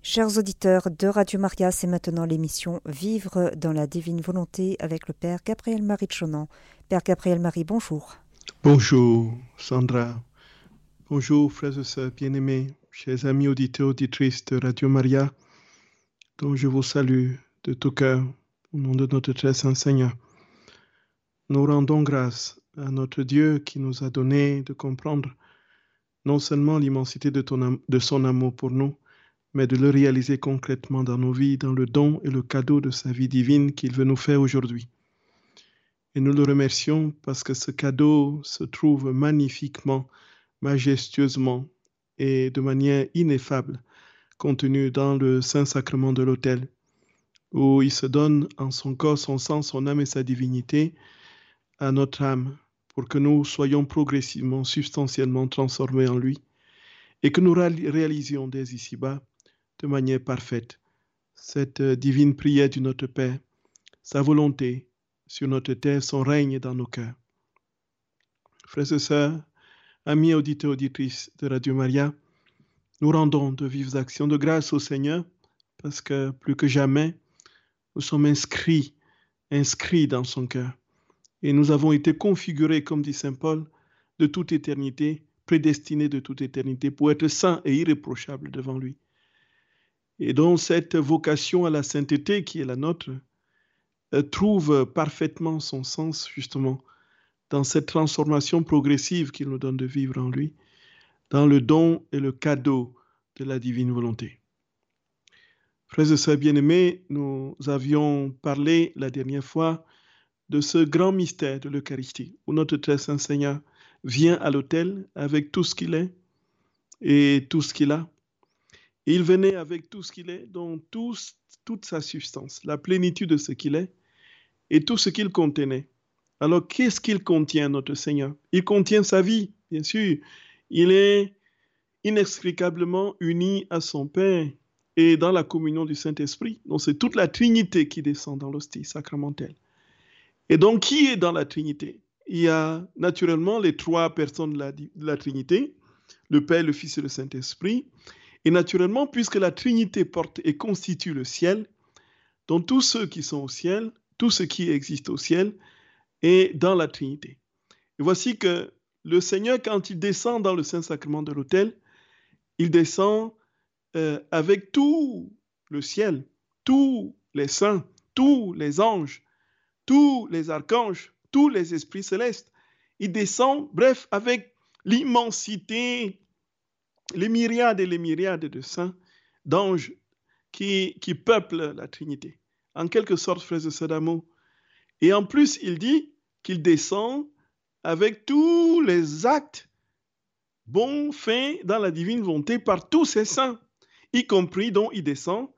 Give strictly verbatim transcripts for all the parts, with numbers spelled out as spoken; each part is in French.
Chers auditeurs de Radio Maria, c'est maintenant l'émission Vivre dans la divine volonté avec le Père Gabriel-Marie Chonan. Père Gabriel-Marie, bonjour. Bonjour Sandra, bonjour frères et sœurs bien-aimés, chers amis auditeurs, auditrices de Radio Maria, dont je vous salue de tout cœur au nom de notre très saint Seigneur. Nous rendons grâce à notre Dieu qui nous a donné de comprendre non seulement l'immensité de, ton am- de son amour pour nous, mais de le réaliser concrètement dans nos vies, dans le don et le cadeau de sa vie divine qu'il veut nous faire aujourd'hui. Et nous le remercions parce que ce cadeau se trouve magnifiquement, majestueusement et de manière ineffable contenu dans le Saint-Sacrement de l'autel, où il se donne en son corps, son sang, son âme et sa divinité à notre âme pour que nous soyons progressivement, substantiellement transformés en lui et que nous réalisions dès ici-bas de manière parfaite cette divine prière du Notre Père, sa volonté sur notre terre, son règne dans nos cœurs. Frères et sœurs, amis auditeurs, auditrices de Radio Maria, nous rendons de vives actions de grâce au Seigneur parce que plus que jamais, nous sommes inscrits, inscrits dans son cœur. Et nous avons été configurés, comme dit Saint Paul, de toute éternité, prédestinés de toute éternité pour être saints et irréprochables devant lui. Et donc cette vocation à la sainteté qui est la nôtre euh, trouve parfaitement son sens justement dans cette transformation progressive qu'il nous donne de vivre en lui, dans le don et le cadeau de la divine volonté. Frères et sœurs bien-aimés, nous avions parlé la dernière fois de ce grand mystère de l'Eucharistie, où notre très saint Seigneur vient à l'autel avec tout ce qu'il est et tout ce qu'il a. Et il venait avec tout ce qu'il est, donc tout, toute sa substance, la plénitude de ce qu'il est et tout ce qu'il contenait. Alors, qu'est-ce qu'il contient, notre Seigneur? Il contient sa vie, bien sûr. Il est inextricablement uni à son Père et dans la communion du Saint-Esprit. Donc, c'est toute la Trinité qui descend dans l'hostie sacramentelle. Et donc, qui est dans la Trinité? Il y a naturellement les trois personnes de la, de la Trinité, le Père, le Fils et le Saint-Esprit. Et naturellement, puisque la Trinité porte et constitue le ciel, donc tous ceux qui sont au ciel, tout ce qui existe au ciel, est dans la Trinité. Et voici que le Seigneur, quand il descend dans le Saint-Sacrement de l'autel, il descend euh, avec tout le ciel, tous les saints, tous les anges, tous les archanges, tous les esprits célestes. Il descend, bref, avec l'immensité, les myriades et les myriades de saints, d'anges qui, qui peuplent la Trinité. En quelque sorte, frères et sœurs d'amour. Et en plus, il dit qu'il descend avec tous les actes bons faits dans la divine volonté par tous ses saints, y compris dont il descend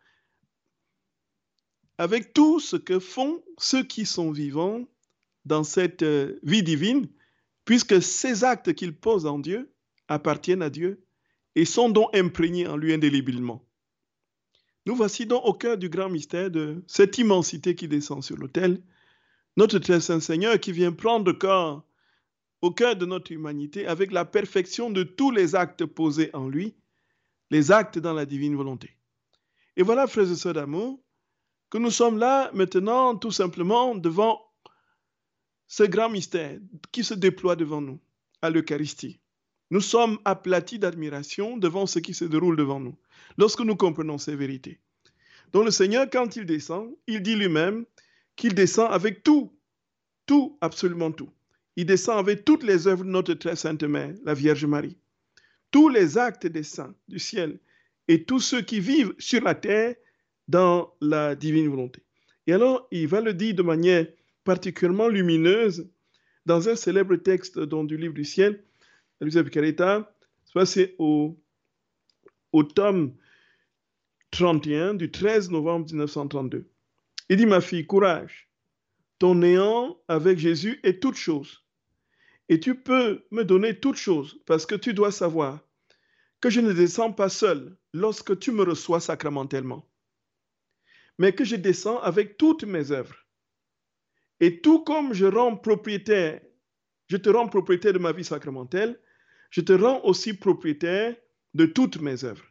avec tout ce que font ceux qui sont vivants dans cette vie divine, puisque ces actes qu'il pose en Dieu appartiennent à Dieu et sont donc imprégnés en lui indéléblement. Nous voici donc au cœur du grand mystère de cette immensité qui descend sur l'autel, notre très saint Seigneur qui vient prendre corps au cœur de notre humanité avec la perfection de tous les actes posés en lui, les actes dans la divine volonté. Et voilà, frères et sœurs d'amour, que nous sommes là maintenant tout simplement devant ce grand mystère qui se déploie devant nous, à l'Eucharistie. Nous sommes aplatis d'admiration devant ce qui se déroule devant nous, lorsque nous comprenons ces vérités. Donc le Seigneur, quand il descend, il dit lui-même qu'il descend avec tout, tout, absolument tout. Il descend avec toutes les œuvres de notre très sainte Mère, la Vierge Marie. Tous les actes des saints du ciel et tous ceux qui vivent sur la terre dans la divine volonté. Et alors, il va le dire de manière particulièrement lumineuse dans un célèbre texte donc, du livre du ciel, la Lucia Picaretta, soit c'est au, au tome trente et un du treize novembre mille neuf cent trente-deux. Il dit, ma fille, courage, ton néant avec Jésus est toute chose. Et tu peux me donner toute chose parce que tu dois savoir que je ne descends pas seul lorsque tu me reçois sacramentellement, mais que je descends avec toutes mes œuvres. Et tout comme je rends propriétaire, je te rends propriétaire de ma vie sacramentelle, je te rends aussi propriétaire de toutes mes œuvres.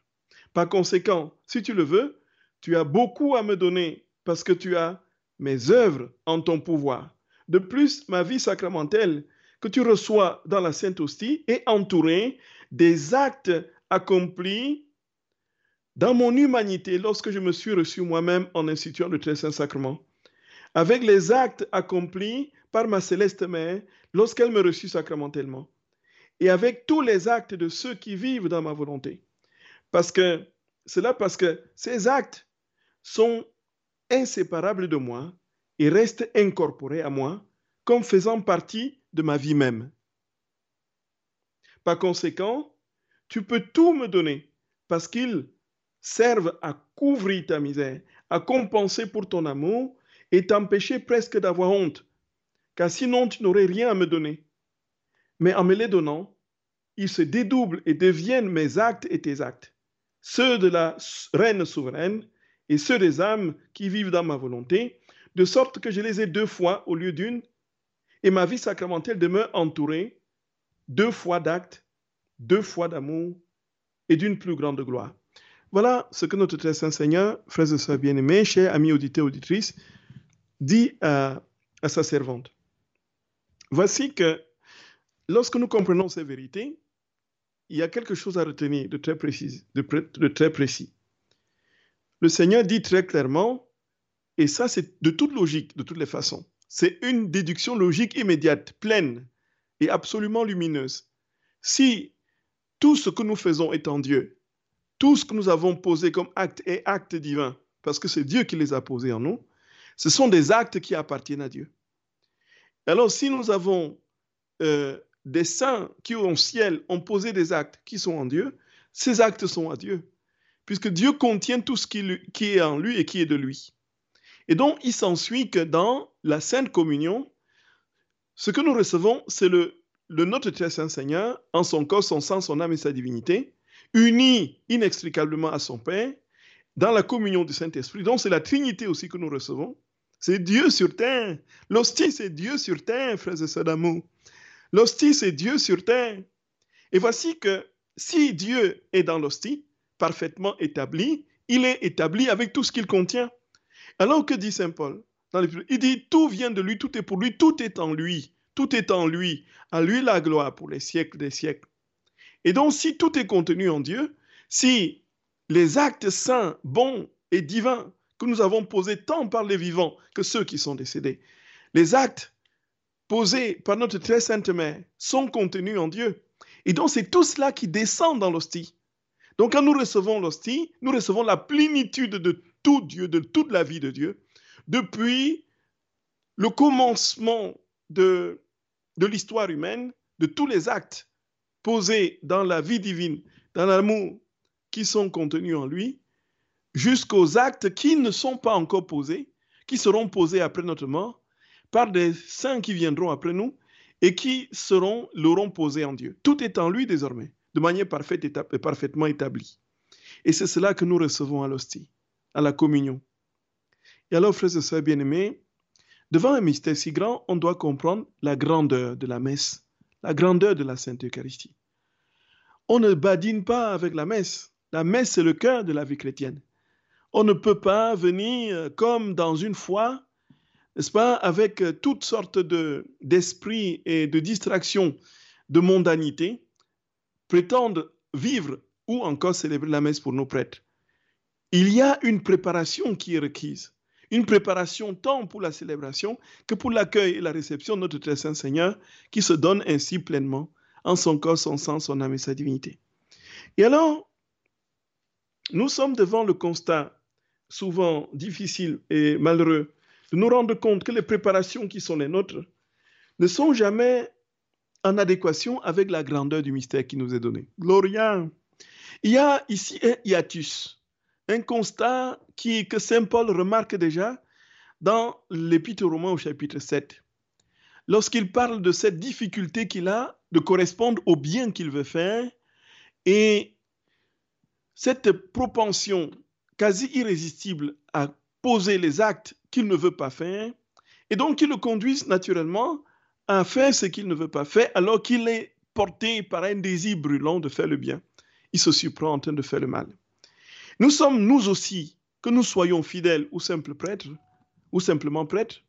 Par conséquent, si tu le veux, tu as beaucoup à me donner parce que tu as mes œuvres en ton pouvoir. De plus, ma vie sacramentelle que tu reçois dans la Sainte Hostie est entourée des actes accomplis dans mon humanité lorsque je me suis reçu moi-même en instituant le très saint sacrement, avec les actes accomplis par ma céleste mère lorsqu'elle me reçut sacramentellement, et avec tous les actes de ceux qui vivent dans ma volonté. Parce que, cela parce que ces actes sont inséparables de moi et restent incorporés à moi comme faisant partie de ma vie même. Par conséquent, tu peux tout me donner parce qu'ils servent à couvrir ta misère, à compenser pour ton amour et t'empêcher presque d'avoir honte, car sinon tu n'aurais rien à me donner. Mais en me les donnant, ils se dédoublent et deviennent mes actes et tes actes, ceux de la reine souveraine et ceux des âmes qui vivent dans ma volonté, de sorte que je les ai deux fois au lieu d'une, et ma vie sacramentelle demeure entourée deux fois d'actes, deux fois d'amour et d'une plus grande gloire. Voilà ce que notre très saint Seigneur, frères et sœurs bien-aimés, chers amis auditeurs et auditrices, dit à, à sa servante. Voici que lorsque nous comprenons ces vérités, il y a quelque chose à retenir de très précis. De, de très précis. Le Seigneur dit très clairement, et ça c'est de toute logique, de toutes les façons, c'est une déduction logique immédiate, pleine et absolument lumineuse. Si tout ce que nous faisons est en Dieu, tout ce que nous avons posé comme acte est acte divin, parce que c'est Dieu qui les a posés en nous, ce sont des actes qui appartiennent à Dieu. Alors si nous avons euh, des saints qui au ciel ont posé des actes qui sont en Dieu, ces actes sont à Dieu, puisque Dieu contient tout ce qui, lui, qui est en lui et qui est de lui. Et donc il s'ensuit que dans la Sainte Communion, ce que nous recevons, c'est le, le notre très saint Seigneur, en son corps, son sang, son âme et sa divinité, unis inextricablement à son Père, dans la communion du Saint-Esprit. Donc c'est la Trinité aussi que nous recevons. C'est Dieu sur terre. L'hostie, c'est Dieu sur terre, frères et sœurs d'amour. L'hostie, c'est Dieu sur terre. Et voici que si Dieu est dans l'hostie, parfaitement établi, il est établi avec tout ce qu'il contient. Alors que dit Saint Paul dans les... Il dit, tout vient de lui, tout est pour lui, tout est en lui. Tout est en lui. À lui la gloire pour les siècles des siècles. Et donc, si tout est contenu en Dieu, si les actes saints, bons et divins que nous avons posés tant par les vivants que ceux qui sont décédés, les actes posés par notre très sainte mère sont contenus en Dieu. Et donc, c'est tout cela qui descend dans l'hostie. Donc, quand nous recevons l'hostie, nous recevons la plénitude de tout Dieu, de toute la vie de Dieu, depuis le commencement de, de l'histoire humaine, de tous les actes posés dans la vie divine, dans l'amour qui sont contenus en lui, jusqu'aux actes qui ne sont pas encore posés, qui seront posés après notre mort, par des saints qui viendront après nous et qui seront, l'auront posé en Dieu. Tout est en lui désormais, de manière parfaite et parfaitement établie. Et c'est cela que nous recevons à l'hostie, à la communion. Et alors, frères et sœurs bien-aimés, devant un mystère si grand, on doit comprendre la grandeur de la messe, la grandeur de la Sainte Eucharistie. On ne badine pas avec la messe. La messe, c'est le cœur de la vie chrétienne. On ne peut pas venir comme dans une foi, n'est-ce pas, avec toutes sortes de, d'esprits et de distractions de mondanité, prétendre vivre ou encore célébrer la messe pour nos prêtres. Il y a une préparation qui est requise. Une préparation tant pour la célébration que pour l'accueil et la réception de notre très saint Seigneur qui se donne ainsi pleinement en son corps, son sang, son âme et sa divinité. Et alors, nous sommes devant le constat souvent difficile et malheureux de nous rendre compte que les préparations qui sont les nôtres ne sont jamais en adéquation avec la grandeur du mystère qui nous est donné. Gloria! Il y a ici un hiatus, un constat qui, que saint Paul remarque déjà dans l'Épître aux Romains au chapitre sept. Lorsqu'il parle de cette difficulté qu'il a de correspondre au bien qu'il veut faire et cette propension quasi irrésistible à poser les actes qu'il ne veut pas faire, et donc qui le conduisent naturellement à faire ce qu'il ne veut pas faire alors qu'il est porté par un désir brûlant de faire le bien. Il se surprend en train de faire le mal. Nous sommes, nous aussi, que nous soyons fidèles ou simples prêtres, ou simplement prêtres.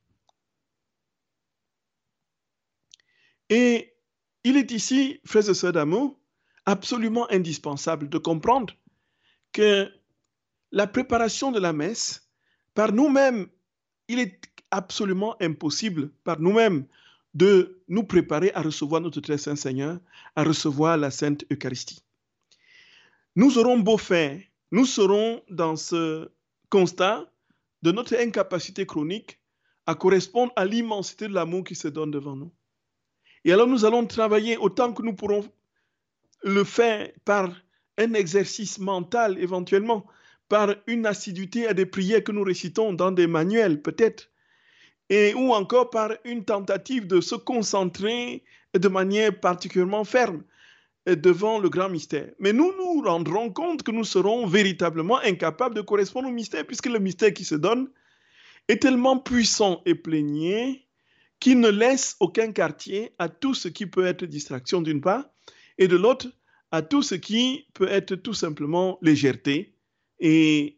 Et il est ici, frères et sœurs d'amour, absolument indispensable de comprendre que la préparation de la messe, par nous-mêmes, il est absolument impossible par nous-mêmes de nous préparer à recevoir notre très saint Seigneur, à recevoir la Sainte Eucharistie. Nous aurons beau faire, nous serons dans ce constat de notre incapacité chronique à correspondre à l'immensité de l'amour qui se donne devant nous. Et alors nous allons travailler autant que nous pourrons le faire par un exercice mental éventuellement, par une assiduité à des prières que nous récitons dans des manuels peut-être, et ou encore par une tentative de se concentrer de manière particulièrement ferme devant le grand mystère. Mais nous nous rendrons compte que nous serons véritablement incapables de correspondre au mystère, puisque le mystère qui se donne est tellement puissant et plénier qu'il ne laisse aucun quartier à tout ce qui peut être distraction d'une part, et de l'autre, à tout ce qui peut être tout simplement légèreté et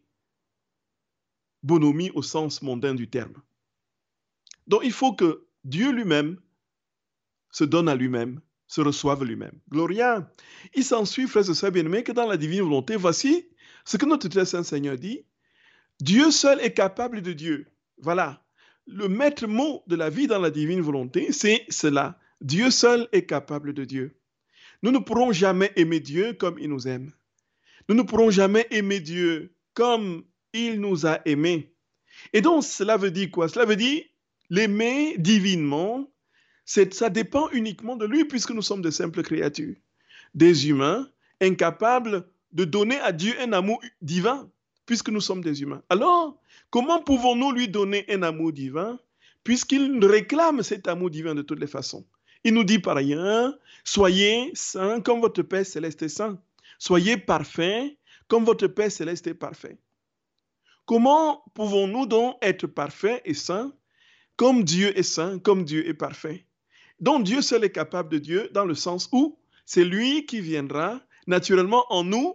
bonhomie au sens mondain du terme. Donc il faut que Dieu lui-même se donne à lui-même, se reçoive lui-même. Gloria. Il s'ensuit, frères et sœurs bien-aimés, que dans la divine volonté, voici ce que notre très saint Seigneur dit. Dieu seul est capable de Dieu. Voilà. Le maître mot de la vie dans la divine volonté, c'est cela. Dieu seul est capable de Dieu. Nous ne pourrons jamais aimer Dieu comme il nous aime. Nous ne pourrons jamais aimer Dieu comme il nous a aimés. Et donc, cela veut dire quoi? Cela veut dire l'aimer divinement, c'est, ça dépend uniquement de lui, puisque nous sommes de simples créatures, des humains incapables de donner à Dieu un amour divin, puisque nous sommes des humains. Alors, comment pouvons-nous lui donner un amour divin, puisqu'il réclame cet amour divin de toutes les façons? Il nous dit par ailleurs, soyez saints comme votre Père céleste est saint. Soyez parfaits comme votre Père céleste est parfait. Comment pouvons-nous donc être parfaits et saints comme Dieu est saint, comme Dieu est parfait? Donc Dieu seul est capable de Dieu dans le sens où c'est lui qui viendra naturellement en nous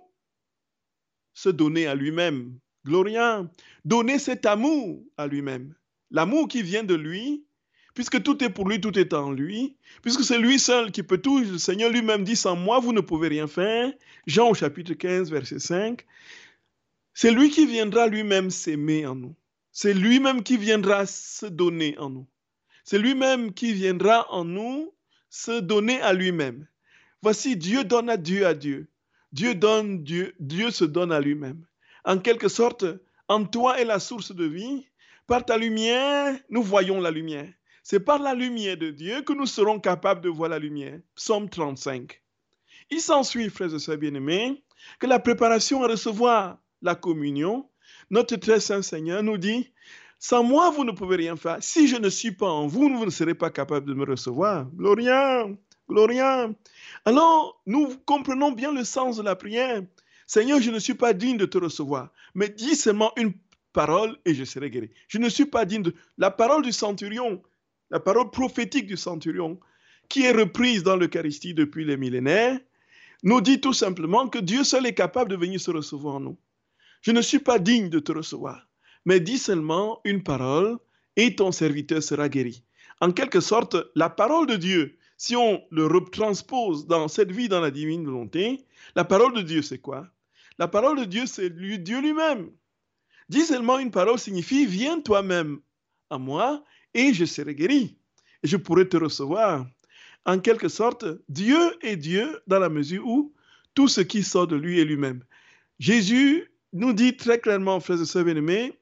se donner à lui-même. Gloria, donner cet amour à lui-même. L'amour qui vient de lui, puisque tout est pour lui, tout est en lui, puisque c'est lui seul qui peut tout. Le Seigneur lui-même dit, sans moi, vous ne pouvez rien faire. Jean au chapitre quinze, verset cinq. C'est lui qui viendra lui-même s'aimer en nous. C'est lui-même qui viendra se donner en nous. C'est lui-même qui viendra en nous se donner à lui-même. Voici, Dieu donne à Dieu à Dieu. Dieu donne, Dieu, Dieu se donne à lui-même. En quelque sorte, en toi est la source de vie. Par ta lumière, nous voyons la lumière. C'est par la lumière de Dieu que nous serons capables de voir la lumière. Psaume trente-cinq. Il s'ensuit, frères et sœurs bien-aimés, que la préparation à recevoir la communion, notre très saint Seigneur nous dit, sans moi, vous ne pouvez rien faire. Si je ne suis pas en vous, vous ne serez pas capable de me recevoir. Gloria, Gloria. Alors, nous comprenons bien le sens de la prière. Seigneur, je ne suis pas digne de te recevoir, mais dis seulement une parole et je serai guéri. Je ne suis pas digne de... La parole du centurion, la parole prophétique du centurion, qui est reprise dans l'Eucharistie depuis les millénaires, nous dit tout simplement que Dieu seul est capable de venir se recevoir en nous. Je ne suis pas digne de te recevoir, mais dis seulement une parole et ton serviteur sera guéri. En quelque sorte, la parole de Dieu, si on le retranspose dans cette vie, dans la divine volonté, la parole de Dieu, c'est quoi? La parole de Dieu, c'est lui, Dieu lui-même. Dis seulement une parole signifie, viens toi-même à moi et je serai guéri. Et je pourrai te recevoir. En quelque sorte, Dieu est Dieu dans la mesure où tout ce qui sort de lui est lui-même. Jésus nous dit très clairement, frères et sœurs bien-aimés,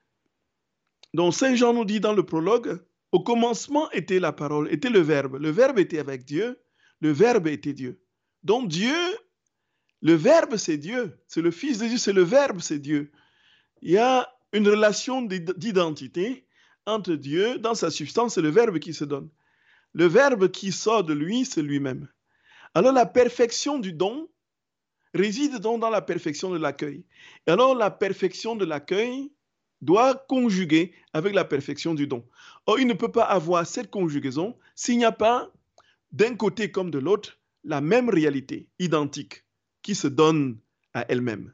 dont Saint Jean nous dit dans le prologue, au commencement était la parole, était le Verbe. Le Verbe était avec Dieu, le Verbe était Dieu. Donc Dieu, le Verbe c'est Dieu, c'est le Fils de Dieu, c'est le Verbe c'est Dieu. Il y a une relation d'identité entre Dieu, dans sa substance, c'est le Verbe qui se donne. Le Verbe qui sort de lui, c'est lui-même. Alors la perfection du don réside donc dans la perfection de l'accueil. Et alors la perfection de l'accueil doit conjuguer avec la perfection du don. Or, il ne peut pas avoir cette conjugaison s'il n'y a pas, d'un côté comme de l'autre, la même réalité identique qui se donne à elle-même.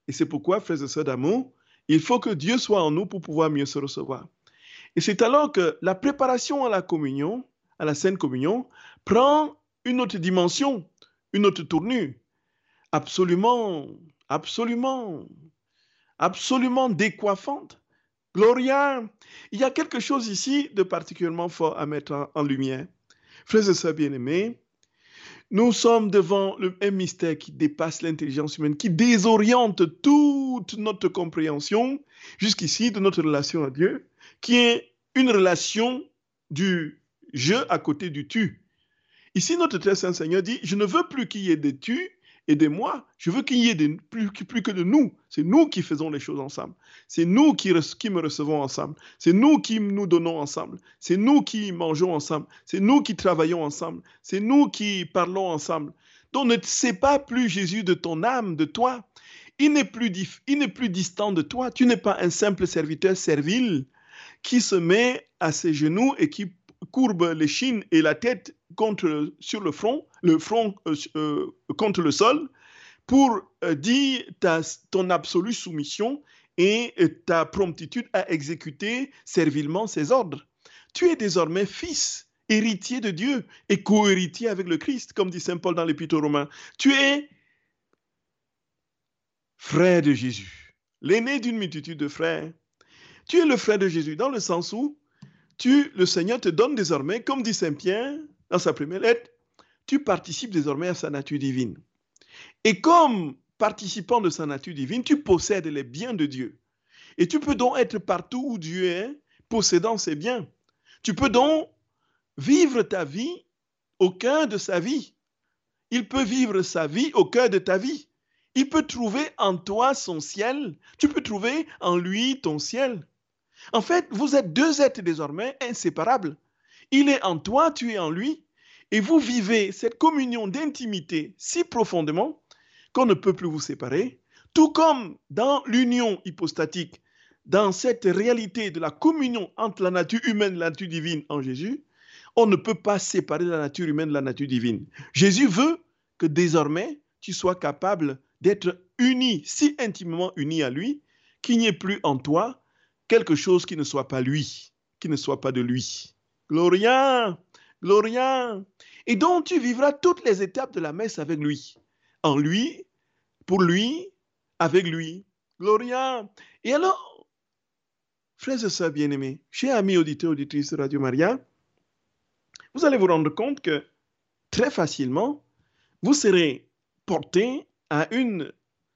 Et c'est pourquoi, frères et sœurs d'amour, il faut que Dieu soit en nous pour pouvoir mieux se recevoir. Et c'est alors que la préparation à la communion, à la Sainte Communion, prend une autre dimension, une autre tournure, absolument, absolument, absolument décoiffante. Gloria, il y a quelque chose ici de particulièrement fort à mettre en, en lumière. Frères et sœurs bien-aimés, nous sommes devant le, un mystère qui dépasse l'intelligence humaine, qui désoriente toute notre compréhension jusqu'ici de notre relation à Dieu, qui est une relation du je à côté du tu. Ici, notre très saint Seigneur dit, je ne veux plus qu'il y ait des tu et des moi, je veux qu'il y ait des, plus, plus que de nous. C'est nous qui faisons les choses ensemble. C'est nous qui, qui me recevons ensemble. C'est nous qui nous donnons ensemble. C'est nous qui mangeons ensemble. C'est nous qui travaillons ensemble. C'est nous qui parlons ensemble. Donc ne sépare plus Jésus de ton âme, de toi. Il n'est plus, il n'est plus distant de toi. Tu n'es pas un simple serviteur servile qui se met à ses genoux et qui courbe l'échine et la tête contre, sur le front, le front euh, euh, contre le sol, pour euh, dire ta, ton absolue soumission et euh, ta promptitude à exécuter servilement ses ordres. Tu es désormais fils, héritier de Dieu et co-héritier avec le Christ, comme dit saint Paul dans l'Épître aux Romains. Tu es frère de Jésus, l'aîné d'une multitude de frères. Tu es le frère de Jésus dans le sens où tu, le Seigneur te donne désormais, comme dit saint Pierre dans sa première lettre, tu participes désormais à sa nature divine. Et comme participant de sa nature divine, tu possèdes les biens de Dieu. Et tu peux donc être partout où Dieu est, possédant ses biens. Tu peux donc vivre ta vie au cœur de sa vie. Il peut vivre sa vie au cœur de ta vie. Il peut trouver en toi son ciel. Tu peux trouver en lui ton ciel. En fait, vous êtes deux êtres désormais inséparables. Il est en toi, tu es en lui. Et vous vivez cette communion d'intimité si profondément qu'on ne peut plus vous séparer. Tout comme dans l'union hypostatique, dans cette réalité de la communion entre la nature humaine et la nature divine en Jésus, on ne peut pas séparer la nature humaine de la nature divine. Jésus veut que désormais, tu sois capable d'être uni, si intimement uni à lui, qu'il n'y ait plus en toi quelque chose qui ne soit pas lui, qui ne soit pas de lui. Gloria, Gloria. Et donc, tu vivras toutes les étapes de la messe avec lui. En lui, pour lui, avec lui. Gloria. Et alors, frères et sœurs bien-aimés, chers amis auditeurs, auditrices de Radio Maria, vous allez vous rendre compte que très facilement, vous serez porté à une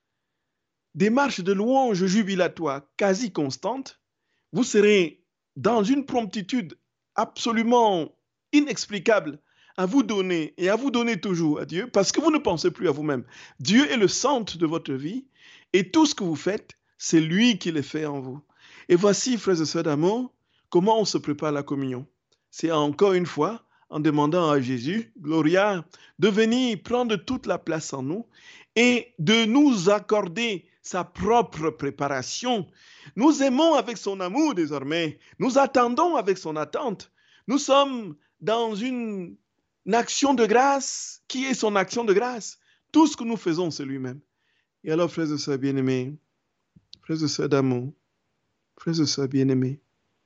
démarche de louange jubilatoire quasi constante. Vous serez dans une promptitude absolument inexplicable à vous donner et à vous donner toujours à Dieu parce que vous ne pensez plus à vous-même. Dieu est le centre de votre vie et tout ce que vous faites, c'est lui qui le fait en vous. Et voici, frères et sœurs d'amour, comment on se prépare à la communion. C'est encore une fois en demandant à Jésus, Gloria, de venir prendre toute la place en nous et de nous accorder sa propre préparation. Nous aimons avec son amour désormais. Nous attendons avec son attente. Nous sommes dans une, une action de grâce qui est son action de grâce. Tout ce que nous faisons, c'est lui-même. Et alors, frères et sœurs bien-aimés, frères et sœurs d'amour, frères et sœurs bien-aimés,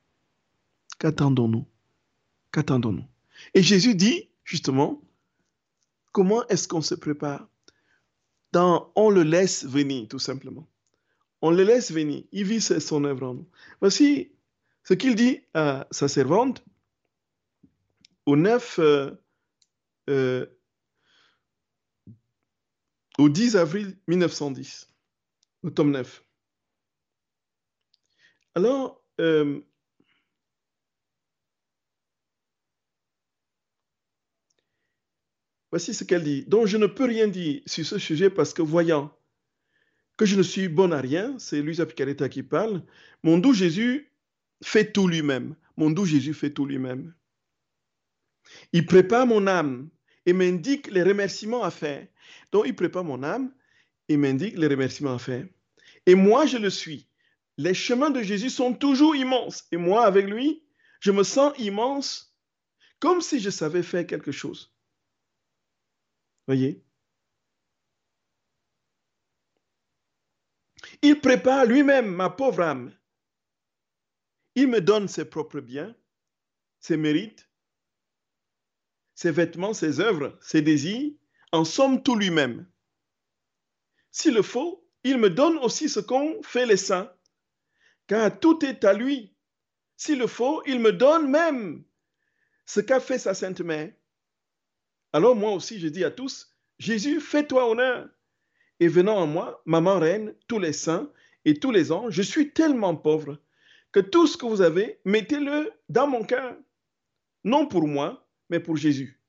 qu'attendons-nous? Qu'attendons-nous? Et Jésus dit, justement, comment est-ce qu'on se prépare? Dans, on le laisse venir, tout simplement. On le laisse venir. Il vit son œuvre en nous. Voici ce qu'il dit à sa servante au neuf, euh, euh, au dix avril mille neuf cent dix, au tome neuf. Alors, euh, voici ce qu'elle dit. Donc, je ne peux rien dire sur ce sujet parce que voyant que je ne suis bon à rien, c'est Luisa Picaretta qui parle, mon doux Jésus fait tout lui-même. Mon doux Jésus fait tout lui-même. Il prépare mon âme et m'indique les remerciements à faire. Donc, il prépare mon âme et m'indique les remerciements à faire. Et moi, je le suis. Les chemins de Jésus sont toujours immenses. Et moi, avec lui, je me sens immense, comme si je savais faire quelque chose. Voyez? Il prépare lui-même ma pauvre âme. Il me donne ses propres biens, ses mérites, ses vêtements, ses œuvres, ses désirs, en somme tout lui-même. S'il le faut, il me donne aussi ce qu'ont fait les saints, car tout est à lui. S'il le faut, il me donne même ce qu'a fait sa Sainte Mère. Alors moi aussi, je dis à tous, Jésus, fais-toi honneur. Et venant à moi, maman reine, tous les saints et tous les anges, je suis tellement pauvre que tout ce que vous avez, mettez-le dans mon cœur. Non pour moi, mais pour Jésus.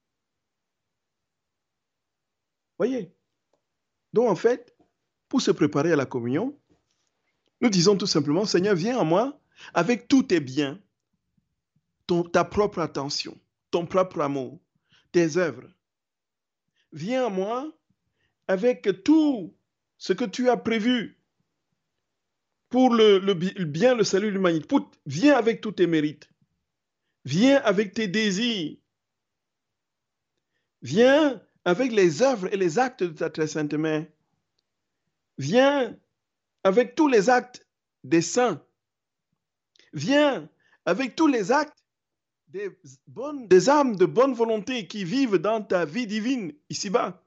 Voyez? Donc en fait, pour se préparer à la communion, nous disons tout simplement, Seigneur, viens à moi avec tous tes biens, ton, ta propre attention, ton propre amour, tes œuvres. Viens à moi avec tout ce que tu as prévu pour le, le, le bien, le salut de l'humanité. Viens avec tous tes mérites. Viens avec tes désirs. Viens avec les œuvres et les actes de ta très sainte Mère. Viens avec tous les actes des saints. Viens avec tous les actes des, bonnes, des âmes de bonne volonté qui vivent dans ta vie divine ici-bas.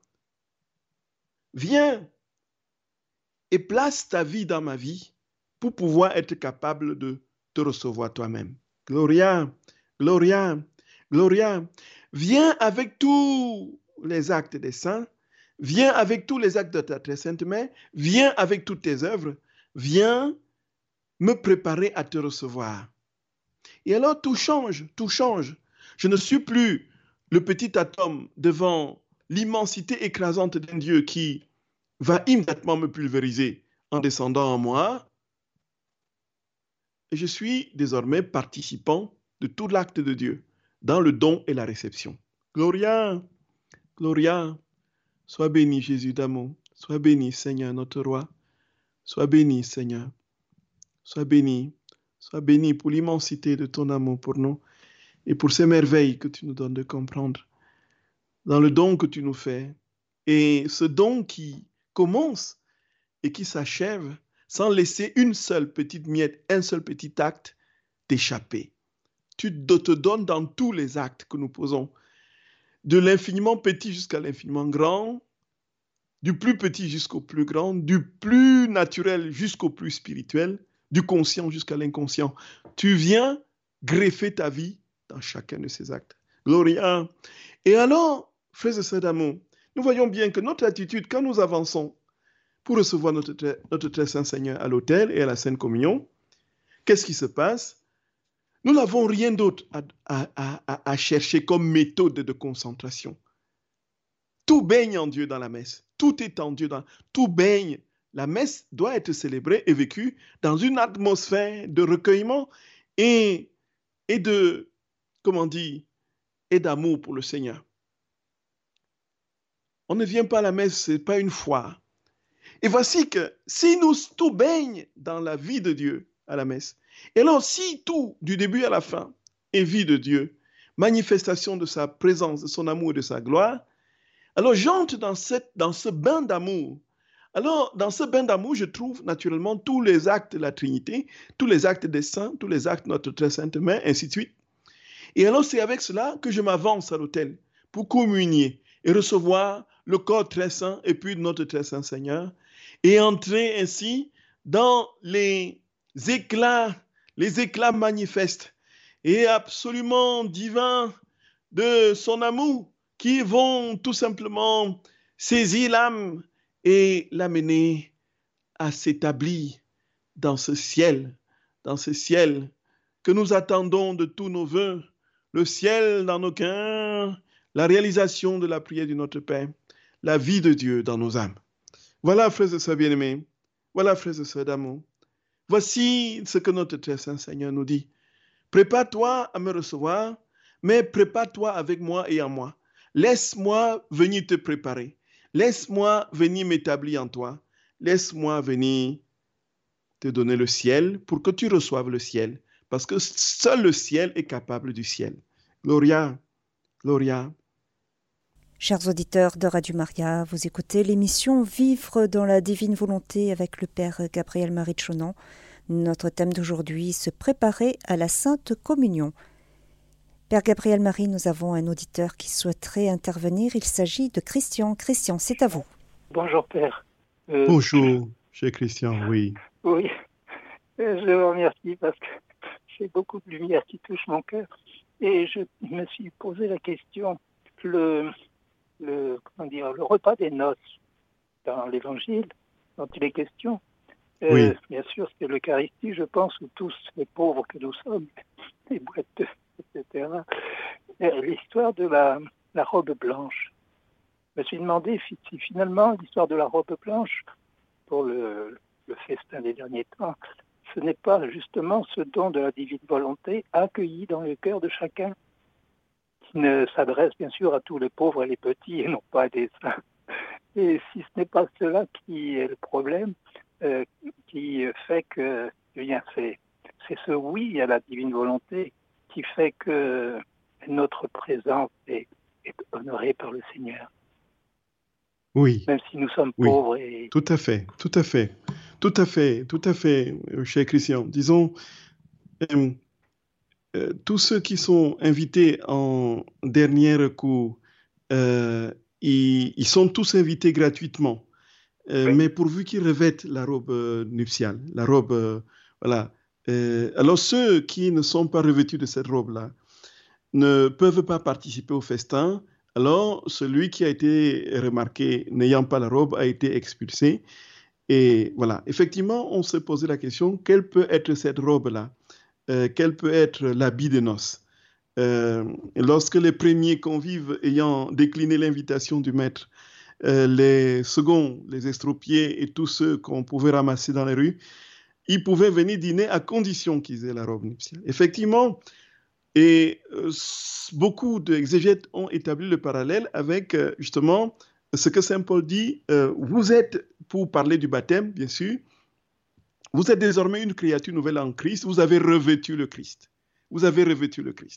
Viens et place ta vie dans ma vie pour pouvoir être capable de te recevoir toi-même. Gloria, Gloria, Gloria. Viens avec tous les actes des saints. Viens avec tous les actes de ta très sainte Mère. Viens avec toutes tes œuvres. Viens me préparer à te recevoir. Et alors tout change, tout change. Je ne suis plus le petit atome devant l'immensité écrasante d'un Dieu qui va immédiatement me pulvériser en descendant en moi. Et je suis désormais participant de tout l'acte de Dieu dans le don et la réception. Gloria, Gloria, sois béni Jésus d'amour, sois béni Seigneur notre roi, sois béni Seigneur, sois béni, sois béni pour l'immensité de ton amour pour nous et pour ces merveilles que tu nous donnes de comprendre dans le don que tu nous fais. Et ce don qui commence et qui s'achève sans laisser une seule petite miette, un seul petit acte t'échapper. Tu te donnes dans tous les actes que nous posons, de l'infiniment petit jusqu'à l'infiniment grand, du plus petit jusqu'au plus grand, du plus naturel jusqu'au plus spirituel, du conscient jusqu'à l'inconscient. Tu viens greffer ta vie dans chacun de ces actes. Gloria. Et alors, frères et sœurs d'amour, nous voyons bien que notre attitude, quand nous avançons pour recevoir notre, notre très saint Seigneur à l'autel et à la Sainte Communion, qu'est-ce qui se passe? Nous n'avons rien d'autre à, à, à, à chercher comme méthode de concentration. Tout baigne en Dieu dans la messe. Tout est en Dieu. Dans, tout baigne. La messe doit être célébrée et vécue dans une atmosphère de recueillement et, et de, comment dire, et d'amour pour le Seigneur. On ne vient pas à la messe, ce n'est pas une foi. Et voici que si nous tout baigne dans la vie de Dieu à la messe, et alors si tout, du début à la fin, est vie de Dieu, manifestation de sa présence, de son amour et de sa gloire, alors j'entre dans, cette, dans ce bain d'amour. Alors, dans ce bain d'amour, je trouve naturellement tous les actes de la Trinité, tous les actes des saints, tous les actes de notre très sainte Mère, ainsi de suite. Et alors, c'est avec cela que je m'avance à l'autel pour communier et recevoir le corps très saint et puis notre très saint Seigneur et entrer ainsi dans les éclats, les éclats manifestes et absolument divins de son amour qui vont tout simplement saisir l'âme et l'amener à s'établir dans ce ciel, dans ce ciel que nous attendons de tous nos vœux, le ciel dans nos cœurs, la réalisation de la prière de notre Père, la vie de Dieu dans nos âmes. Voilà, frères et sœurs bien-aimés, voilà, frères et sœurs d'amour. Voici ce que notre très saint Seigneur nous dit. Prépare-toi à me recevoir, mais prépare-toi avec moi et en moi. Laisse-moi venir te préparer. Laisse-moi venir m'établir en toi. Laisse-moi venir te donner le ciel pour que tu reçoives le ciel. Parce que seul le ciel est capable du ciel. Gloria, Gloria. Chers auditeurs de Radio Maria, vous écoutez l'émission Vivre dans la divine volonté avec le Père Gabriel-Marie Chonan. Notre thème d'aujourd'hui, se préparer à la Sainte Communion. Père Gabriel-Marie, nous avons un auditeur qui souhaiterait intervenir. Il s'agit de Christian. Christian, c'est à vous. Bonjour Père. Euh, Bonjour, cher Christian, oui. Oui, je vous remercie parce que j'ai beaucoup de lumière qui touche mon cœur. Et je me suis posé la question, le, le, comment dire, le repas des noces dans l'Évangile, dont il est question, euh, oui. Bien sûr, c'est l'Eucharistie, je pense, où tous les pauvres que nous sommes, les boiteux, et cetera. L'histoire de la, la robe blanche. Je me suis demandé si finalement l'histoire de la robe blanche pour le, le festin des derniers temps, ce n'est pas justement ce don de la divine volonté accueilli dans le cœur de chacun, qui ne s'adresse bien sûr à tous les pauvres et les petits et non pas à des saints. Et si ce n'est pas cela qui est le problème, euh, qui fait que eh bien, c'est, c'est ce oui à la divine volonté qui fait que notre présence est, est honorée par le Seigneur. Oui. Même si nous sommes oui. pauvres. Et... Tout à fait, tout à fait, tout à fait, tout à fait, cher Christian. Disons, euh, euh, tous ceux qui sont invités en dernier recours, euh, ils, ils sont tous invités gratuitement, euh, oui. mais pourvu qu'ils revêtent la robe euh, nuptiale, la robe, euh, voilà. Euh, alors ceux qui ne sont pas revêtus de cette robe-là ne peuvent pas participer au festin. Alors, celui qui a été remarqué n'ayant pas la robe a été expulsé. Et voilà, effectivement, on se posait la question, quelle peut être cette robe-là? euh, Quel peut être l'habit de noces? euh, Lorsque les premiers convives ayant décliné l'invitation du maître, euh, les seconds, les estropiés et tous ceux qu'on pouvait ramasser dans les rues, ils pouvaient venir dîner à condition qu'ils aient la robe nuptiale. Effectivement, et euh, beaucoup d'exégètes ont établi le parallèle avec euh, justement ce que saint Paul dit, euh, vous êtes, pour parler du baptême, bien sûr, vous êtes désormais une créature nouvelle en Christ, vous avez revêtu le Christ. Vous avez revêtu le Christ.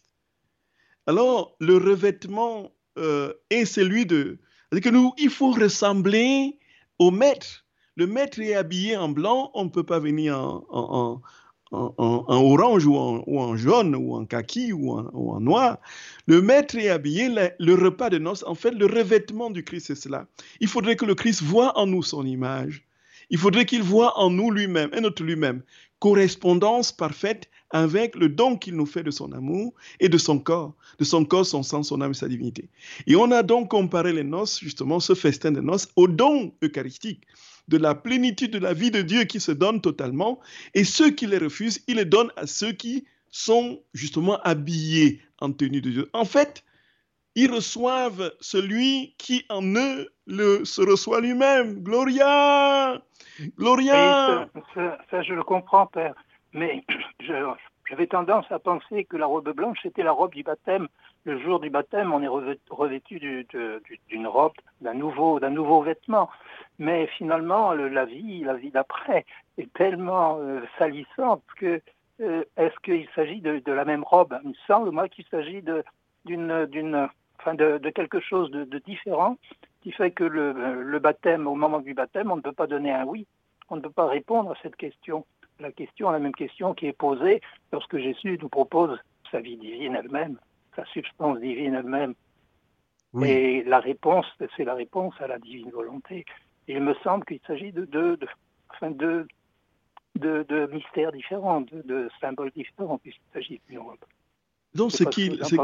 Alors, le revêtement euh, est celui de... C'est-à-dire que nous, il faut ressembler au maître. Le maître est habillé en blanc, on ne peut pas venir en... en, en En, en, en orange ou en, ou en jaune ou en kaki ou en, ou en noir. Le maître est habillé, le, le repas de noces, en fait, le revêtement du Christ, c'est cela. Il faudrait que le Christ voie en nous son image. Il faudrait qu'il voie en nous lui-même, et notre lui-même, correspondance parfaite avec le don qu'il nous fait de son amour et de son corps, de son corps, son sang, son âme et sa divinité. Et on a donc comparé les noces, justement, ce festin de noces, au don eucharistique, de la plénitude de la vie de Dieu qui se donne totalement, et ceux qui les refusent, il les donne à ceux qui sont justement habillés en tenue de Dieu. En fait, ils reçoivent celui qui en eux le, se reçoit lui-même. Gloria! Gloria! Oui, ça, ça, ça, je le comprends, Père, mais je, j'avais tendance à penser que la robe blanche, c'était la robe du baptême. Le jour du baptême, on est revêtu du, de, d'une robe, d'un nouveau, d'un nouveau vêtement. Mais finalement, le, la vie, la vie d'après est tellement euh, salissante que euh, est-ce qu'il s'agit de, de la même robe? Il me semble, moi, qu'il s'agit de, d'une, d'une, enfin de, de quelque chose de, de différent qui fait que le, le baptême, au moment du baptême, on ne peut pas donner un oui. On ne peut pas répondre à cette question. La question, la même question qui est posée lorsque Jésus nous propose sa vie divine elle-même, sa substance divine elle-même. Oui. Et la réponse, c'est la réponse à la divine volonté. Et il me semble qu'il s'agit de, de, de, enfin de, de, de mystères différents, de, de symboles différents, puisqu'il s'agit d'une robe. Donc, ce qui, ce,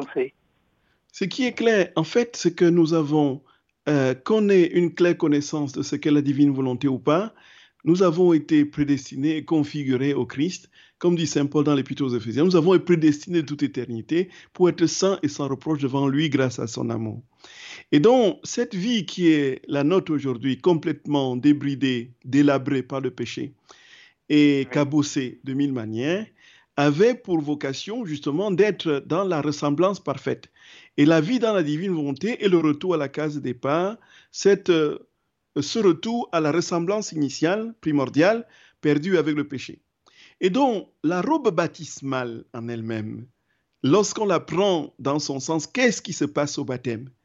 ce qui est clair, en fait, c'est que nous avons, euh, qu'on ait une claire connaissance de ce qu'est la divine volonté ou pas, nous avons été prédestinés et configurés au Christ, comme dit saint Paul dans l'Épître aux Éphésiens. Nous avons été prédestinés de toute éternité pour être saints et sans reproche devant lui grâce à son amour. Et donc, cette vie qui est la nôtre aujourd'hui, complètement débridée, délabrée par le péché et cabossée de mille manières, avait pour vocation justement d'être dans la ressemblance parfaite. Et la vie dans la divine volonté est le retour à la case de départ, cette... ce retour à la ressemblance initiale, primordiale, perdue avec le péché. Et donc, la robe baptismale en elle-même, lorsqu'on la prend dans son sens, qu'est-ce qui se passe au baptême?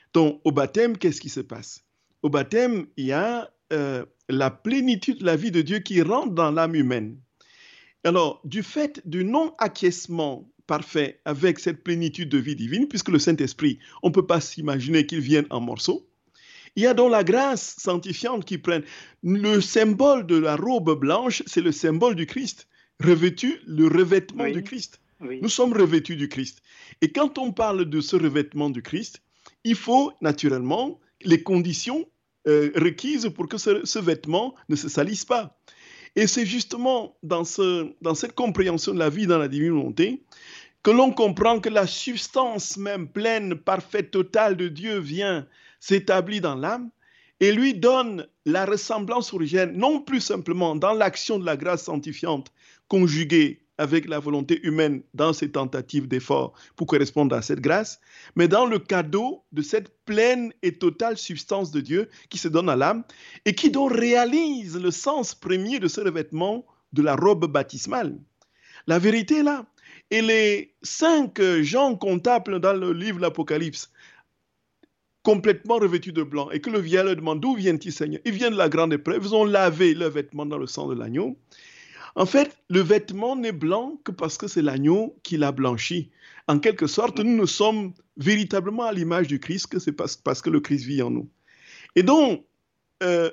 Donc, au baptême, qu'est-ce qui se passe? Au baptême, il y a euh, la plénitude de la vie de Dieu qui rentre dans l'âme humaine. Alors, du fait du non-acquiescement parfait avec cette plénitude de vie divine, puisque le Saint-Esprit, on ne peut pas s'imaginer qu'il vienne en morceaux, il y a donc la grâce sanctifiante qui prenne. Le symbole de la robe blanche, c'est le symbole du Christ, revêtu, le revêtement Oui. du Christ. Oui. Nous sommes revêtus du Christ. Et quand on parle de ce revêtement du Christ, il faut naturellement les conditions euh, requises pour que ce, ce vêtement ne se salisse pas. Et c'est justement dans, ce, dans cette compréhension de la vie dans la divine volonté que l'on comprend que la substance même pleine, parfaite, totale de Dieu vient s'établir dans l'âme et lui donne la ressemblance originaire, non plus simplement dans l'action de la grâce sanctifiante conjuguée avec la volonté humaine dans ses tentatives d'effort pour correspondre à cette grâce, mais dans le cadeau de cette pleine et totale substance de Dieu qui se donne à l'âme et qui donc réalise le sens premier de ce revêtement de la robe baptismale. La vérité est là. Et les cinq gens comptables dans le livre de l'Apocalypse, complètement revêtus de blanc, et que le vieillard leur demande, d'où viennent-ils, Seigneur? Ils viennent de la grande épreuve, ils ont lavé leurs vêtements dans le sang de l'agneau. En fait, le vêtement n'est blanc que parce que c'est l'agneau qui l'a blanchi. En quelque sorte, nous nous sommes véritablement à l'image du Christ, que c'est parce, parce que le Christ vit en nous. Et donc, euh,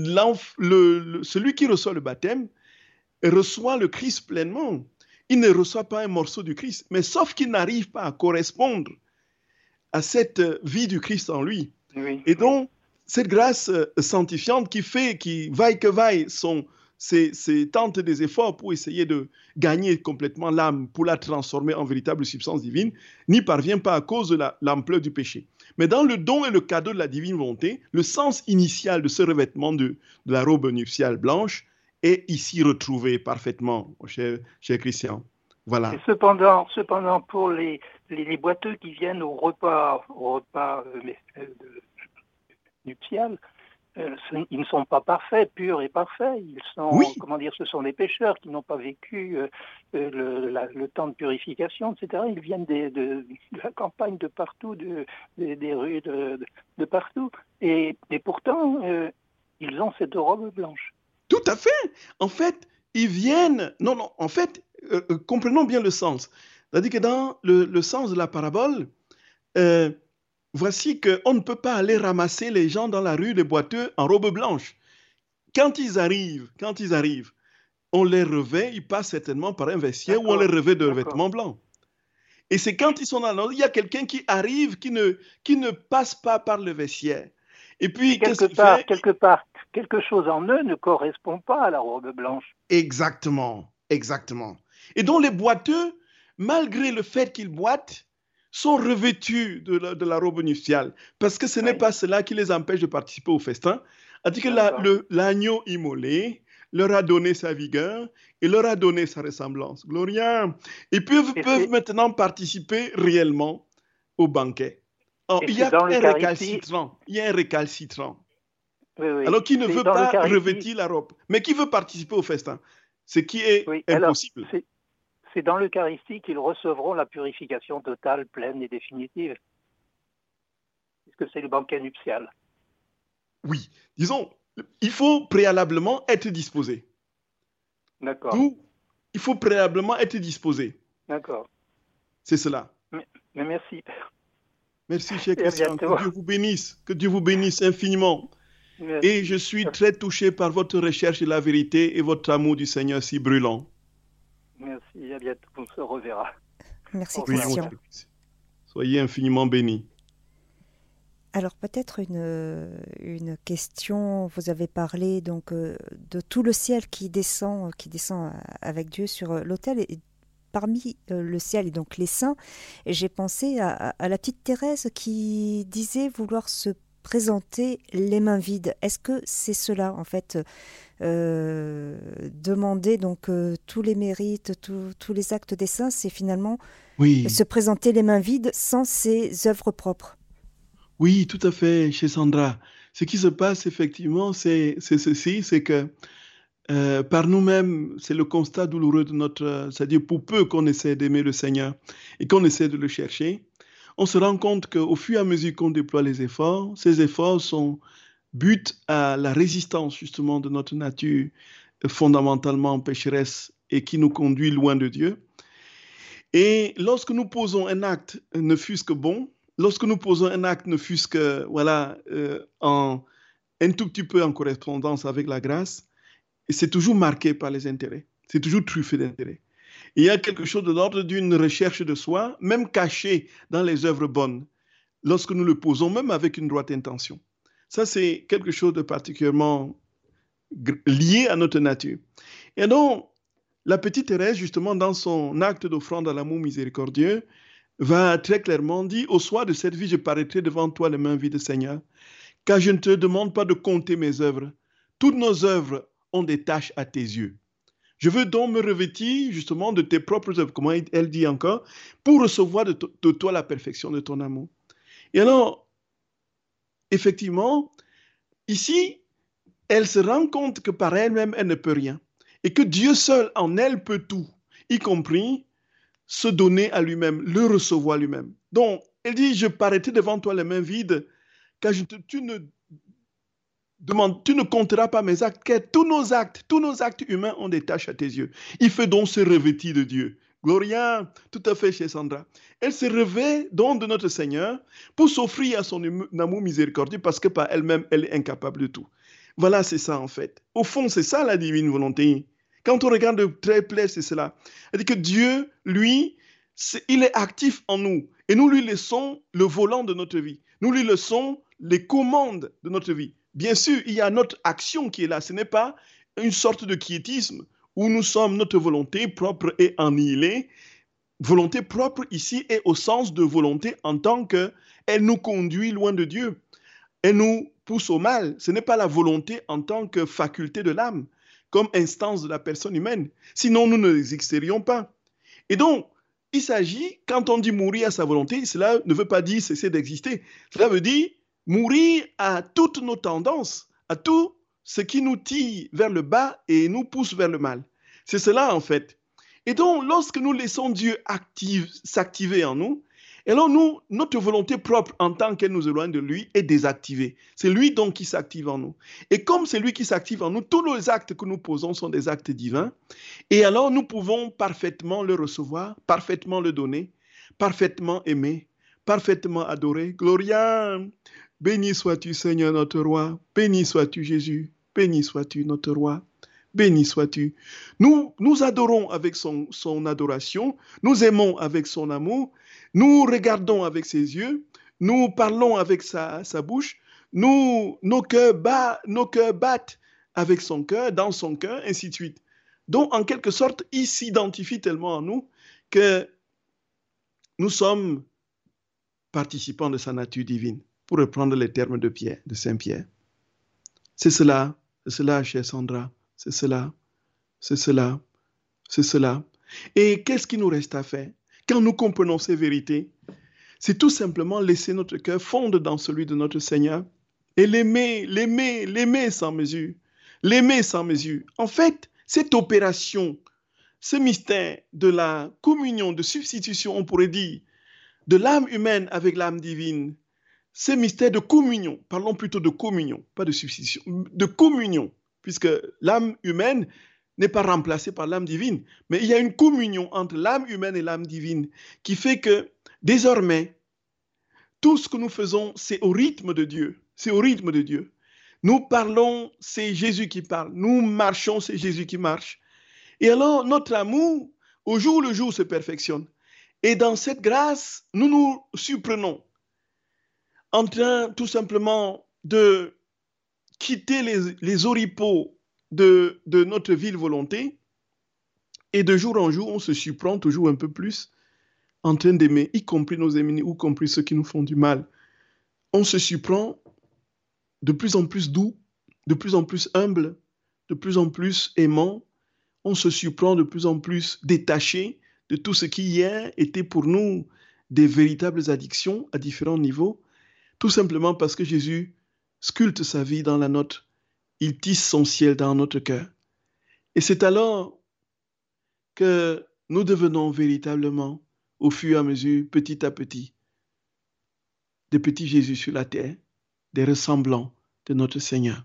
le, le, celui qui reçoit le baptême reçoit le Christ pleinement. Il ne reçoit pas un morceau du Christ, mais sauf qu'il n'arrive pas à correspondre à cette vie du Christ en lui. Oui. Et donc, cette grâce sanctifiante qui fait, qui vaille que vaille, son, ses, ses tente des efforts pour essayer de gagner complètement l'âme, pour la transformer en véritable substance divine, n'y parvient pas à cause de la, l'ampleur du péché. Mais dans le don et le cadeau de la divine volonté, le sens initial de ce revêtement de, de la robe nuptiale blanche est ici retrouvé parfaitement, cher, cher Christian. Voilà. Et cependant, cependant, pour les, les, les boiteux qui viennent au repas, au repas euh, nuptial, euh, ils ne sont pas parfaits, purs et parfaits. Ils sont, oui. comment dire, ce sont des pécheurs qui n'ont pas vécu euh, le, la, le temps de purification, et cetera. Ils viennent des, de, de la campagne de partout, de, de, des rues de, de, de partout. Et, et pourtant, euh, ils ont cette robe blanche. Tout à fait. En fait, ils viennent... Non, non, en fait, euh, euh, comprenons bien le sens. C'est-à-dire que dans le, le sens de la parabole, euh, voici qu'on ne peut pas aller ramasser les gens dans la rue, les boiteux, en robe blanche. Quand ils arrivent, quand ils arrivent, on les revêt, ils passent certainement par un vestiaire où on les revêt de vêtements blancs. Et c'est quand ils sont dans l'ordre, il y a quelqu'un qui arrive, qui ne, qui ne passe pas par le vestiaire. Et puis, quelque part, quelque part, quelque chose en eux ne correspond pas à la robe blanche. Exactement, exactement. Et donc les boiteux, malgré le fait qu'ils boitent, sont revêtus de la, de la robe nuptiale, parce que ce n'est oui. pas cela qui les empêche de participer au festin. C'est-à-dire que la, le, l'agneau immolé leur a donné sa vigueur et leur a donné sa ressemblance. Gloria. Et puis ils peuvent maintenant participer réellement au banquet. Oh, il, y a un récalcitrant, il y a un récalcitrant. Oui, oui. Alors qui ne veut pas revêtir la robe, mais qui veut participer au festin, ce qui est oui. impossible. Alors, c'est, c'est dans l'Eucharistie qu'ils recevront la purification totale, pleine et définitive. Puisque c'est le banquet nuptial. Oui, disons, il faut préalablement être disposé. D'accord. D'où il faut préalablement être disposé. D'accord. C'est cela. Mais, mais merci. Merci, cher Christian. Que Dieu vous bénisse. Que Dieu vous bénisse infiniment. Merci. Et je suis très touché par votre recherche de la vérité et votre amour du Seigneur si brûlant. Merci. À bientôt. On se reverra. Merci, Christian. Soyez infiniment bénis. Alors peut-être une, une question. Vous avez parlé donc de tout le ciel qui descend, qui descend avec Dieu sur l'autel. Et parmi le ciel et donc les saints, j'ai pensé à, à la petite Thérèse qui disait vouloir se présenter les mains vides. Est-ce que c'est cela en fait, euh, demander donc euh, tous les mérites, tout, tous les actes des saints, c'est finalement oui. se présenter les mains vides sans ses œuvres propres. Oui, tout à fait, chez Sandra. Ce qui se passe effectivement, c'est, c'est ceci, c'est que Euh, par nous-mêmes, c'est le constat douloureux de notre... C'est-à-dire pour peu qu'on essaie d'aimer le Seigneur et qu'on essaie de le chercher, on se rend compte qu'au fur et à mesure qu'on déploie les efforts, ces efforts sont butent à la résistance justement de notre nature fondamentalement pécheresse et qui nous conduit loin de Dieu. Et lorsque nous posons un acte, ne fût-ce que bon, lorsque nous posons un acte, ne fût-ce que, voilà, euh, en, un tout petit peu en correspondance avec la grâce, c'est toujours marqué par les intérêts, c'est toujours truffé d'intérêts. Il y a quelque chose de l'ordre d'une recherche de soi, même cachée dans les œuvres bonnes, lorsque nous le posons, même avec une droite intention. Ça, c'est quelque chose de particulièrement lié à notre nature. Et donc, la petite Thérèse, justement, dans son acte d'offrande à l'amour miséricordieux, va très clairement dire, au soir de cette vie, je paraîtrai devant toi les mains vides, Seigneur, car je ne te demande pas de compter mes œuvres. Toutes nos œuvres ont des tâches à tes yeux. Je veux donc me revêtir, justement, de tes propres œuvres, comment elle dit encore, pour recevoir de, to- de toi la perfection de ton amour. Et alors, effectivement, ici, elle se rend compte que par elle-même, elle ne peut rien. Et que Dieu seul en elle peut tout, y compris se donner à lui-même, le recevoir lui-même. Donc, elle dit, je paraîtrai devant toi les mains vides, car je te, tu, ne demandes, tu ne compteras pas mes actes, car tous nos actes, tous nos actes humains ont des tâches à tes yeux. Il fait donc se revêtir de Dieu. Gloria, tout à fait chez Sandra. Elle se revêt donc de notre Seigneur pour s'offrir à son amour miséricordieux parce que par elle-même, elle est incapable de tout. Voilà, c'est ça en fait. Au fond, c'est ça la divine volonté. Quand on regarde de très près, c'est cela. Elle dit que Dieu, lui, c'est, il est actif en nous. Et nous lui laissons le volant de notre vie. Nous lui laissons les commandes de notre vie. Bien sûr, il y a notre action qui est là. Ce n'est pas une sorte de quiétisme où nous sommes notre volonté propre et annihilée. Volonté propre ici est au sens de volonté en tant qu'elle nous conduit loin de Dieu. Elle nous pousse au mal. Ce n'est pas la volonté en tant que faculté de l'âme, comme instance de la personne humaine. Sinon, nous ne l'existérions pas. Et donc, il s'agit, quand on dit mourir à sa volonté, cela ne veut pas dire cesser d'exister. Cela veut dire mourir à toutes nos tendances, à tout ce qui nous tire vers le bas et nous pousse vers le mal. C'est cela, en fait. Et donc, lorsque nous laissons Dieu active, s'activer en nous, et alors nous, notre volonté propre en tant qu'elle nous éloigne de lui est désactivée. C'est lui donc qui s'active en nous. Et comme c'est lui qui s'active en nous, tous nos actes que nous posons sont des actes divins. Et alors nous pouvons parfaitement le recevoir, parfaitement le donner, parfaitement aimer, parfaitement adorer. Gloria, béni sois-tu Seigneur notre roi, béni sois-tu Jésus, béni sois-tu notre roi. Béni sois-tu. Nous, nous adorons avec son, son adoration, nous aimons avec son amour, nous regardons avec ses yeux, nous parlons avec sa, sa bouche, nous, nos, cœurs bat, nos cœurs battent avec son cœur, dans son cœur, ainsi de suite. Donc, en quelque sorte, il s'identifie tellement à nous que nous sommes participants de sa nature divine, pour reprendre les termes de Pierre, de Saint Pierre. C'est cela, c'est cela, chère Sandra. C'est cela, c'est cela, c'est cela. Et qu'est-ce qu'il nous reste à faire quand nous comprenons ces vérités? C'est tout simplement laisser notre cœur fondre dans celui de notre Seigneur et l'aimer, l'aimer, l'aimer sans mesure, l'aimer sans mesure. En fait, cette opération, ce mystère de la communion, de substitution, on pourrait dire, de l'âme humaine avec l'âme divine, ce mystère de communion, parlons plutôt de communion, pas de substitution, de communion, puisque l'âme humaine n'est pas remplacée par l'âme divine, mais il y a une communion entre l'âme humaine et l'âme divine qui fait que désormais, tout ce que nous faisons, c'est au rythme de Dieu, c'est au rythme de Dieu. Nous parlons, c'est Jésus qui parle, nous marchons, c'est Jésus qui marche. Et alors, notre amour, au jour le jour, se perfectionne. Et dans cette grâce, nous nous surprenons en train tout simplement de quitter les, les oripeaux de, de notre ville volonté et de jour en jour, on se surprend toujours un peu plus en train d'aimer, y compris nos ennemis, y compris ceux qui nous font du mal. On se surprend de plus en plus doux, de plus en plus humble, de plus en plus aimant. On se surprend de plus en plus détaché de tout ce qui hier était pour nous des véritables addictions à différents niveaux, tout simplement parce que Jésus sculpte sa vie dans la nôtre. Il tisse son ciel dans notre cœur. Et c'est alors que nous devenons véritablement, au fur et à mesure, petit à petit, des petits Jésus sur la terre, des ressemblants de notre Seigneur.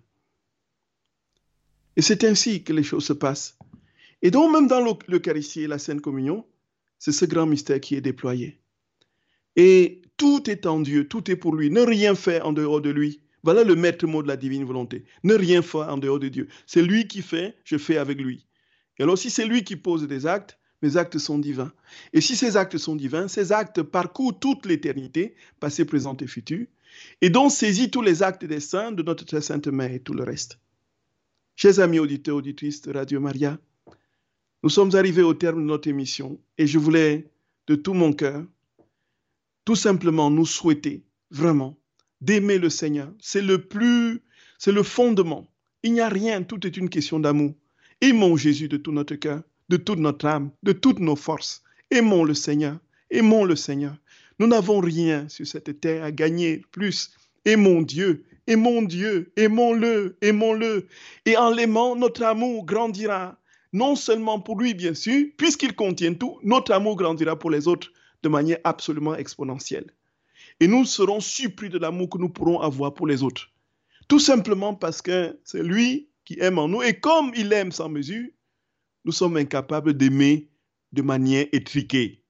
Et c'est ainsi que les choses se passent. Et donc, même dans l'Eucharistie et la Sainte Communion, c'est ce grand mystère qui est déployé. Et tout est en Dieu, tout est pour lui. Ne rien faire en dehors de lui. Voilà le maître mot de la divine volonté. Ne rien faire en dehors de Dieu. C'est lui qui fait, je fais avec lui. Et alors, si c'est lui qui pose des actes, mes actes sont divins. Et si ces actes sont divins, ces actes parcourent toute l'éternité, passé, présent et futur, et donc saisit tous les actes des saints de notre très sainte Mère et tout le reste. Chers amis auditeurs, auditrices de Radio Maria, nous sommes arrivés au terme de notre émission et je voulais, de tout mon cœur, tout simplement nous souhaiter, vraiment, d'aimer le Seigneur. C'est le plus, c'est le fondement. Il n'y a rien, tout est une question d'amour. Aimons Jésus de tout notre cœur, de toute notre âme, de toutes nos forces. Aimons le Seigneur, aimons le Seigneur. Nous n'avons rien sur cette terre à gagner plus. Aimons Dieu, aimons Dieu, aimons-le, aimons-le. Et en l'aimant, notre amour grandira. Non seulement pour lui, bien sûr, puisqu'il contient tout, notre amour grandira pour les autres de manière absolument exponentielle. Et nous serons surpris de l'amour que nous pourrons avoir pour les autres. Tout simplement parce que c'est lui qui aime en nous. Et comme il aime sans mesure, nous sommes incapables d'aimer de manière étriquée.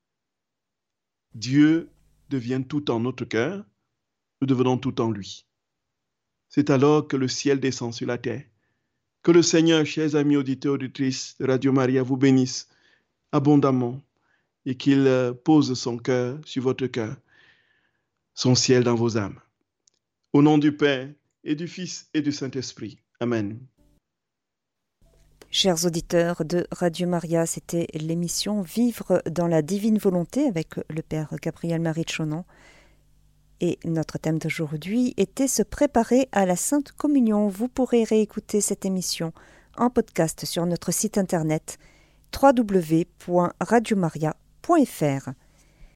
Dieu devient tout en notre cœur, nous devenons tout en lui. C'est alors que le ciel descend sur la terre. Que le Seigneur, chers amis auditeurs, auditrices de Radio Maria, vous bénisse abondamment et qu'il pose son cœur sur votre cœur, son ciel dans vos âmes. Au nom du Père et du Fils et du Saint-Esprit. Amen. Chers auditeurs de Radio Maria, c'était l'émission Vivre dans la divine volonté avec le Père Gabriel Marie Chonan. Et notre thème d'aujourd'hui était se préparer à la Sainte Communion. Vous pourrez réécouter cette émission en podcast sur notre site internet w w w point radio maria point f r.